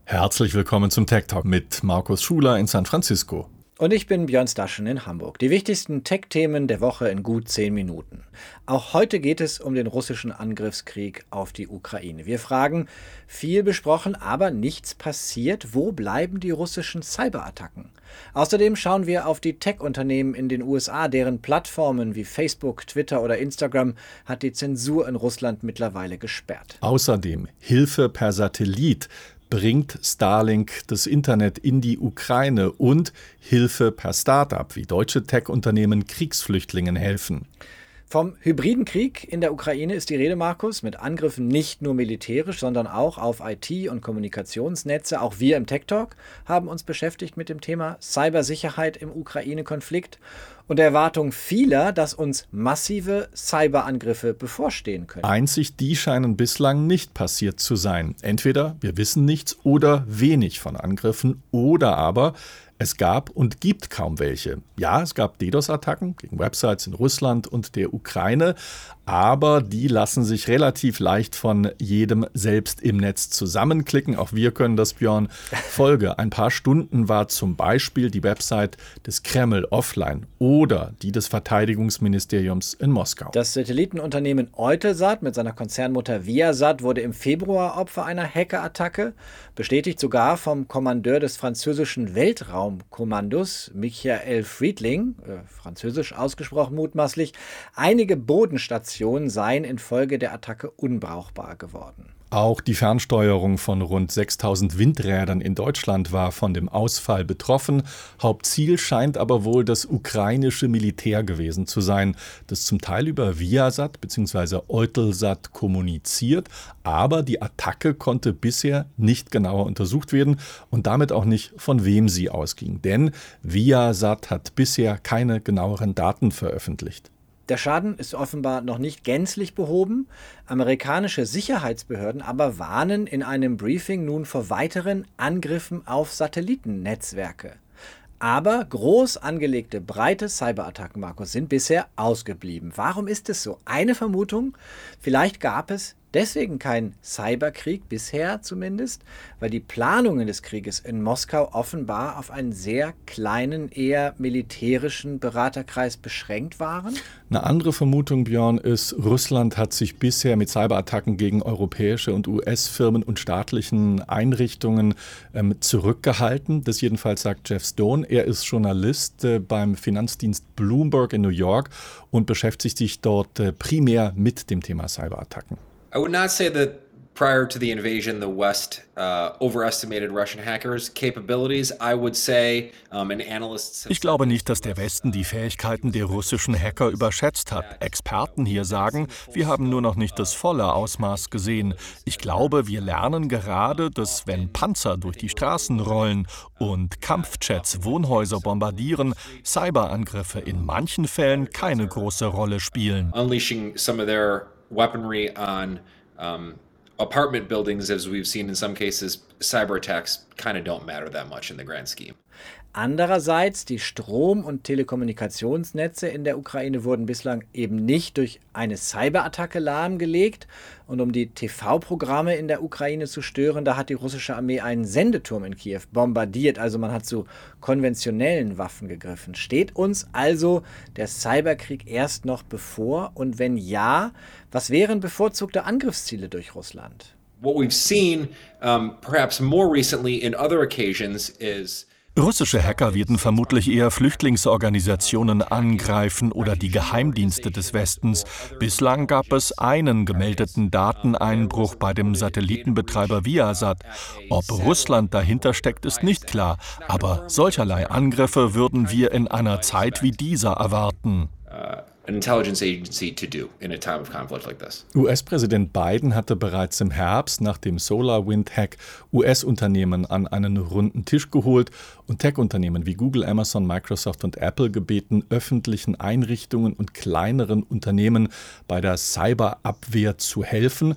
Herzlich willkommen zum Tech Talk mit Markus Schuler in San Francisco. Und ich bin Björn Staschen in Hamburg. Die wichtigsten Tech-Themen der Woche in gut 10 Minuten. Auch heute geht es um den russischen Angriffskrieg auf die Ukraine. Wir fragen, viel besprochen, aber nichts passiert. Wo bleiben die russischen Cyberattacken? Außerdem schauen wir auf die Tech-Unternehmen in den USA, deren Plattformen wie Facebook, Twitter oder Instagram hat die Zensur in Russland mittlerweile gesperrt. Außerdem Hilfe per Satellit. Bringt Starlink das Internet in die Ukraine und Hilfe per Start-up, wie deutsche Tech-Unternehmen Kriegsflüchtlingen helfen. Vom hybriden Krieg in der Ukraine ist die Rede, Markus, mit Angriffen nicht nur militärisch, sondern auch auf IT- und Kommunikationsnetze. Auch wir im Tech Talk haben uns beschäftigt mit dem Thema Cybersicherheit im Ukraine-Konflikt und der Erwartung vieler, dass uns massive Cyberangriffe bevorstehen können. Einzig die scheinen bislang nicht passiert zu sein. Entweder wir wissen nichts oder wenig von Angriffen oder aber es gab und gibt kaum welche. Ja, es gab DDoS-Attacken gegen Websites in Russland und der Ukraine, aber die lassen sich relativ leicht von jedem selbst im Netz zusammenklicken. Auch wir können das, Björn. Folge: Ein paar Stunden war zum Beispiel die Website des Kreml offline oder die des Verteidigungsministeriums in Moskau. Das Satellitenunternehmen Eutelsat mit seiner Konzernmutter Viasat wurde im Februar Opfer einer Hackerattacke, bestätigt sogar vom Kommandeur des französischen Weltraumkommandos, Michael Friedling, französisch ausgesprochen mutmaßlich. Einige Bodenstationen seien infolge der Attacke unbrauchbar geworden. Auch die Fernsteuerung von rund 6000 Windrädern in Deutschland war von dem Ausfall betroffen. Hauptziel scheint aber wohl das ukrainische Militär gewesen zu sein, das zum Teil über Viasat bzw. Eutelsat kommuniziert. Aber die Attacke konnte bisher nicht genauer untersucht werden und damit auch nicht, von wem sie ausging. Denn Viasat hat bisher keine genaueren Daten veröffentlicht. Der Schaden ist offenbar noch nicht gänzlich behoben. Amerikanische Sicherheitsbehörden aber warnen in einem Briefing nun vor weiteren Angriffen auf Satellitennetzwerke. Aber groß angelegte, breite Cyberattacken, Markus, sind bisher ausgeblieben. Warum ist es so? Eine Vermutung: Vielleicht gab es deswegen keinen Cyberkrieg, bisher zumindest, weil die Planungen des Krieges in Moskau offenbar auf einen sehr kleinen, eher militärischen Beraterkreis beschränkt waren. Eine andere Vermutung, Björn, ist, Russland hat sich bisher mit Cyberattacken gegen europäische und US-Firmen und staatlichen Einrichtungen zurückgehalten. Das jedenfalls sagt Jeff Stone. Er ist Journalist beim Finanzdienst Bloomberg in New York und beschäftigt sich dort primär mit dem Thema Cyberattacken. I would not say that prior to the invasion, the West overestimated Russian hackers' capabilities. I would say, and analysts. Ich glaube nicht, dass der Westen die Fähigkeiten der russischen Hacker überschätzt hat. Experten hier sagen, wir haben nur noch nicht das volle Ausmaß gesehen. Ich glaube, wir lernen gerade, dass wenn Panzer durch die Straßen rollen und Kampfjets Wohnhäuser bombardieren, Cyberangriffe in manchen Fällen keine große Rolle spielen. Unleashing some of their weaponry on apartment buildings, as we've seen in some cases, cyber attacks kind of don't matter that much in the grand scheme. Andererseits, die Strom- und Telekommunikationsnetze in der Ukraine wurden bislang eben nicht durch eine Cyberattacke lahmgelegt. Und um die TV-Programme in der Ukraine zu stören, da hat die russische Armee einen Sendeturm in Kiew bombardiert. Also man hat zu konventionellen Waffen gegriffen. Steht uns also der Cyberkrieg erst noch bevor? Und wenn ja, was wären bevorzugte Angriffsziele durch Russland? What we've seen, perhaps more recently in other occasions, is Russische Hacker werden vermutlich eher Flüchtlingsorganisationen angreifen oder die Geheimdienste des Westens. Bislang gab es einen gemeldeten Dateneinbruch bei dem Satellitenbetreiber Viasat. Ob Russland dahinter steckt, ist nicht klar. Aber solcherlei Angriffe würden wir in einer Zeit wie dieser erwarten. An intelligence agency to do in a time of conflict like this. US-Präsident Biden hatte bereits im Herbst nach dem SolarWind-Hack US-Unternehmen an einen runden Tisch geholt und Tech-Unternehmen wie Google, Amazon, Microsoft und Apple gebeten, öffentlichen Einrichtungen und kleineren Unternehmen bei der Cyberabwehr zu helfen.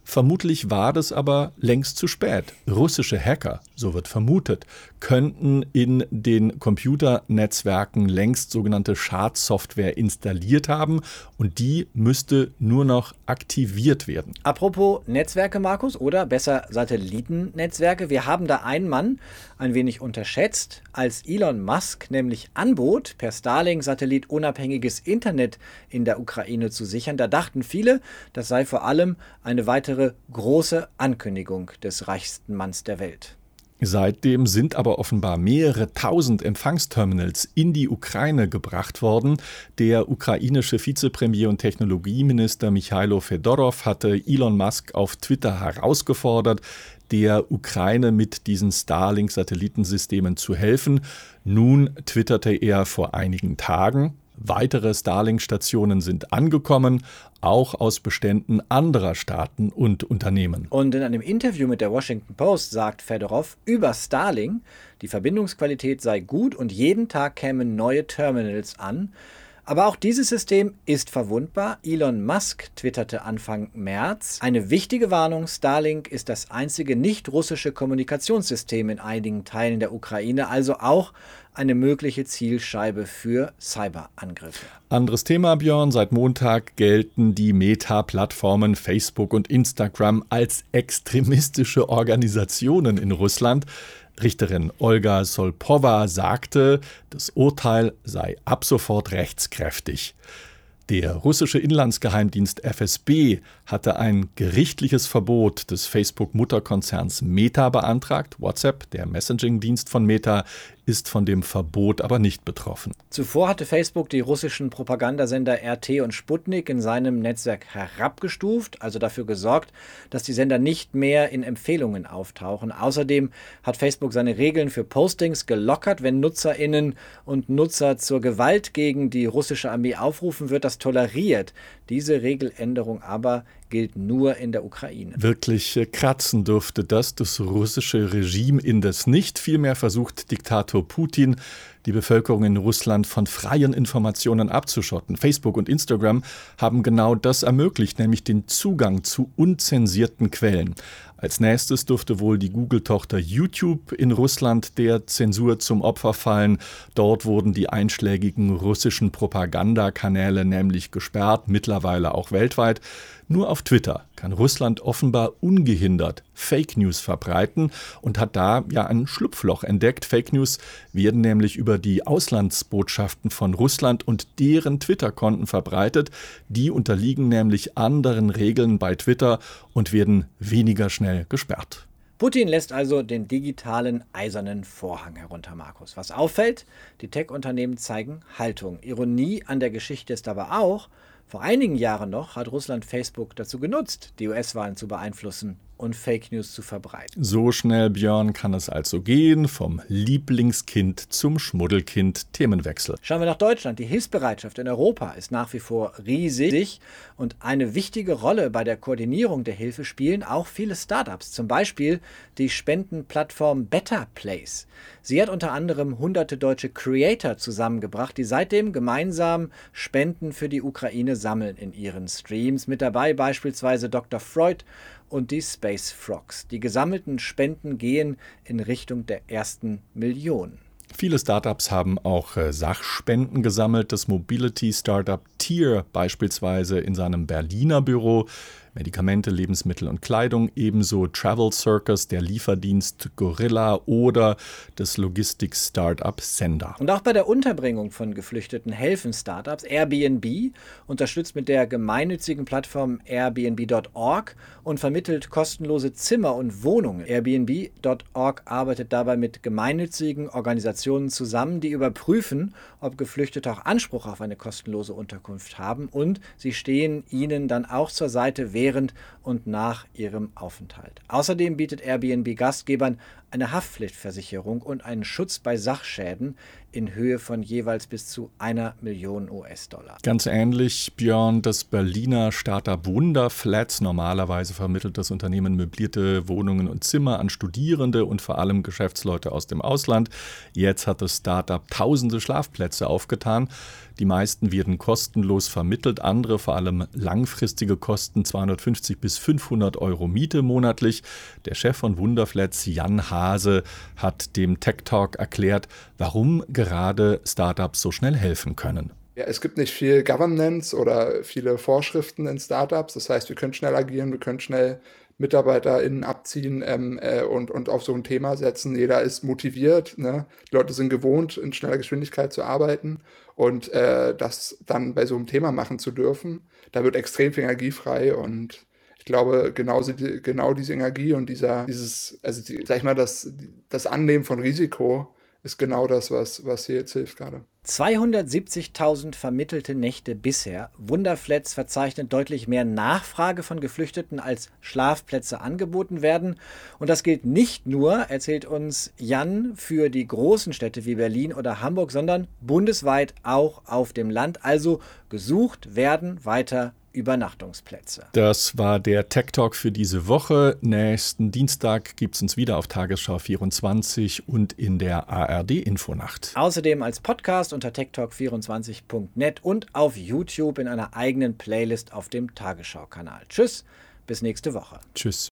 Vermutlich war das aber längst zu spät. Russische Hacker, so wird vermutet, könnten in den Computernetzwerken längst sogenannte Schadsoftware installiert haben und die müsste nur noch aktiviert werden. Apropos Netzwerke, Markus, oder besser Satellitennetzwerke. Wir haben da einen Mann ein wenig unterschätzt, als Elon Musk nämlich anbot, per Starlink-Satellit unabhängiges Internet in der Ukraine zu sichern. Da dachten viele, das sei vor allem eine weitere große Ankündigung des reichsten Manns der Welt. Seitdem sind aber offenbar mehrere tausend Empfangsterminals in die Ukraine gebracht worden. Der ukrainische Vizepremier und Technologieminister Michailo Fedorow hatte Elon Musk auf Twitter herausgefordert, der Ukraine mit diesen Starlink-Satellitensystemen zu helfen. Nun twitterte er vor einigen Tagen: Weitere Starlink-Stationen sind angekommen, auch aus Beständen anderer Staaten und Unternehmen. Und in einem Interview mit der Washington Post sagt Fedorow über Starlink, die Verbindungsqualität sei gut und jeden Tag kämen neue Terminals an. Aber auch dieses System ist verwundbar. Elon Musk twitterte Anfang März: Eine wichtige Warnung, Starlink ist das einzige nicht-russische Kommunikationssystem in einigen Teilen der Ukraine, also auch eine mögliche Zielscheibe für Cyberangriffe. Anderes Thema, Björn. Seit Montag gelten die Meta-Plattformen Facebook und Instagram als extremistische Organisationen in Russland. Richterin Olga Solpowa sagte, das Urteil sei ab sofort rechtskräftig. Der russische Inlandsgeheimdienst FSB hatte ein gerichtliches Verbot des Facebook-Mutterkonzerns Meta beantragt. WhatsApp, der Messaging-Dienst von Meta, ist von dem Verbot aber nicht betroffen. Zuvor hatte Facebook die russischen Propagandasender RT und Sputnik in seinem Netzwerk herabgestuft, also dafür gesorgt, dass die Sender nicht mehr in Empfehlungen auftauchen. Außerdem hat Facebook seine Regeln für Postings gelockert. Wenn NutzerInnen und Nutzer zur Gewalt gegen die russische Armee aufrufen, wird das toleriert. Diese Regeländerung aber gilt nur in der Ukraine. Wirklich kratzen dürfte das russische Regime indes nicht. Vielmehr versucht Diktator Putin, die Bevölkerung in Russland von freien Informationen abzuschotten. Facebook und Instagram haben genau das ermöglicht, nämlich den Zugang zu unzensierten Quellen. Als nächstes dürfte wohl die Google-Tochter YouTube in Russland der Zensur zum Opfer fallen. Dort wurden die einschlägigen russischen Propagandakanäle nämlich gesperrt, mittlerweile auch weltweit. Nur auf Twitter kann Russland offenbar ungehindert Fake News verbreiten und hat da ja ein Schlupfloch entdeckt. Fake News werden nämlich über die Auslandsbotschaften von Russland und deren Twitter-Konten verbreitet. Die unterliegen nämlich anderen Regeln bei Twitter und werden weniger schnell gesperrt. Putin lässt also den digitalen eisernen Vorhang herunter, Markus. Was auffällt, die Tech-Unternehmen zeigen Haltung. Ironie an der Geschichte ist aber auch, vor einigen Jahren noch hat Russland Facebook dazu genutzt, die US-Wahlen zu beeinflussen und Fake News zu verbreiten. So schnell, Björn, kann es also gehen, vom Lieblingskind zum Schmuddelkind. Themenwechsel. Schauen wir nach Deutschland. Die Hilfsbereitschaft in Europa ist nach wie vor riesig und eine wichtige Rolle bei der Koordinierung der Hilfe spielen auch viele Startups, zum Beispiel die Spendenplattform Better Place. Sie hat unter anderem hunderte deutsche Creator zusammengebracht, die seitdem gemeinsam Spenden für die Ukraine sammeln in ihren Streams. Mit dabei beispielsweise Dr. Freud und die Space Frogs. Die gesammelten Spenden gehen in Richtung der ersten Million. Viele Startups haben auch Sachspenden gesammelt. Das Mobility-Startup Tier beispielsweise in seinem Berliner Büro. Medikamente, Lebensmittel und Kleidung, ebenso Travel Circus, der Lieferdienst Gorilla oder das Logistik-Startup Sender. Und auch bei der Unterbringung von Geflüchteten helfen Startups. Airbnb unterstützt mit der gemeinnützigen Plattform Airbnb.org und vermittelt kostenlose Zimmer und Wohnungen. Airbnb.org arbeitet dabei mit gemeinnützigen Organisationen zusammen, die überprüfen, ob Geflüchtete auch Anspruch auf eine kostenlose Unterkunft haben, und sie stehen ihnen dann auch zur Seite während und nach ihrem Aufenthalt. Außerdem bietet Airbnb Gastgebern eine Haftpflichtversicherung und einen Schutz bei Sachschäden in Höhe von jeweils bis zu 1 Million US-Dollar. Ganz ähnlich, Björn, das Berliner Startup Wunderflats. Normalerweise vermittelt das Unternehmen möblierte Wohnungen und Zimmer an Studierende und vor allem Geschäftsleute aus dem Ausland. Jetzt hat das Startup tausende Schlafplätze aufgetan. Die meisten werden kostenlos vermittelt, andere vor allem langfristige Kosten, 250 bis 500 Euro Miete monatlich. Der Chef von Wunderflats, Jan Hase, hat dem Tech Talk erklärt, warum gerade Startups so schnell helfen können. Ja, es gibt nicht viel Governance oder viele Vorschriften in Startups. Das heißt, wir können schnell agieren, wir können schnell MitarbeiterInnen abziehen und auf so ein Thema setzen. Jeder ist motiviert, ne? Die Leute sind gewohnt, in schneller Geschwindigkeit zu arbeiten und das dann bei so einem Thema machen zu dürfen, da wird extrem viel Energie frei und ich glaube, genau diese Energie und das Annehmen von Risiko ist genau das, was hier jetzt hilft gerade. 270.000 vermittelte Nächte bisher. Wunderflats verzeichnet deutlich mehr Nachfrage von Geflüchteten, als Schlafplätze angeboten werden. Und das gilt nicht nur, erzählt uns Jan, für die großen Städte wie Berlin oder Hamburg, sondern bundesweit auch auf dem Land. Also gesucht werden weiter Übernachtungsplätze. Das war der Tech Talk für diese Woche. Nächsten Dienstag gibt es uns wieder auf Tagesschau 24 und in der ARD Infonacht. Außerdem als Podcast unter techtalk24.net und auf YouTube in einer eigenen Playlist auf dem Tagesschau-Kanal. Tschüss, bis nächste Woche. Tschüss.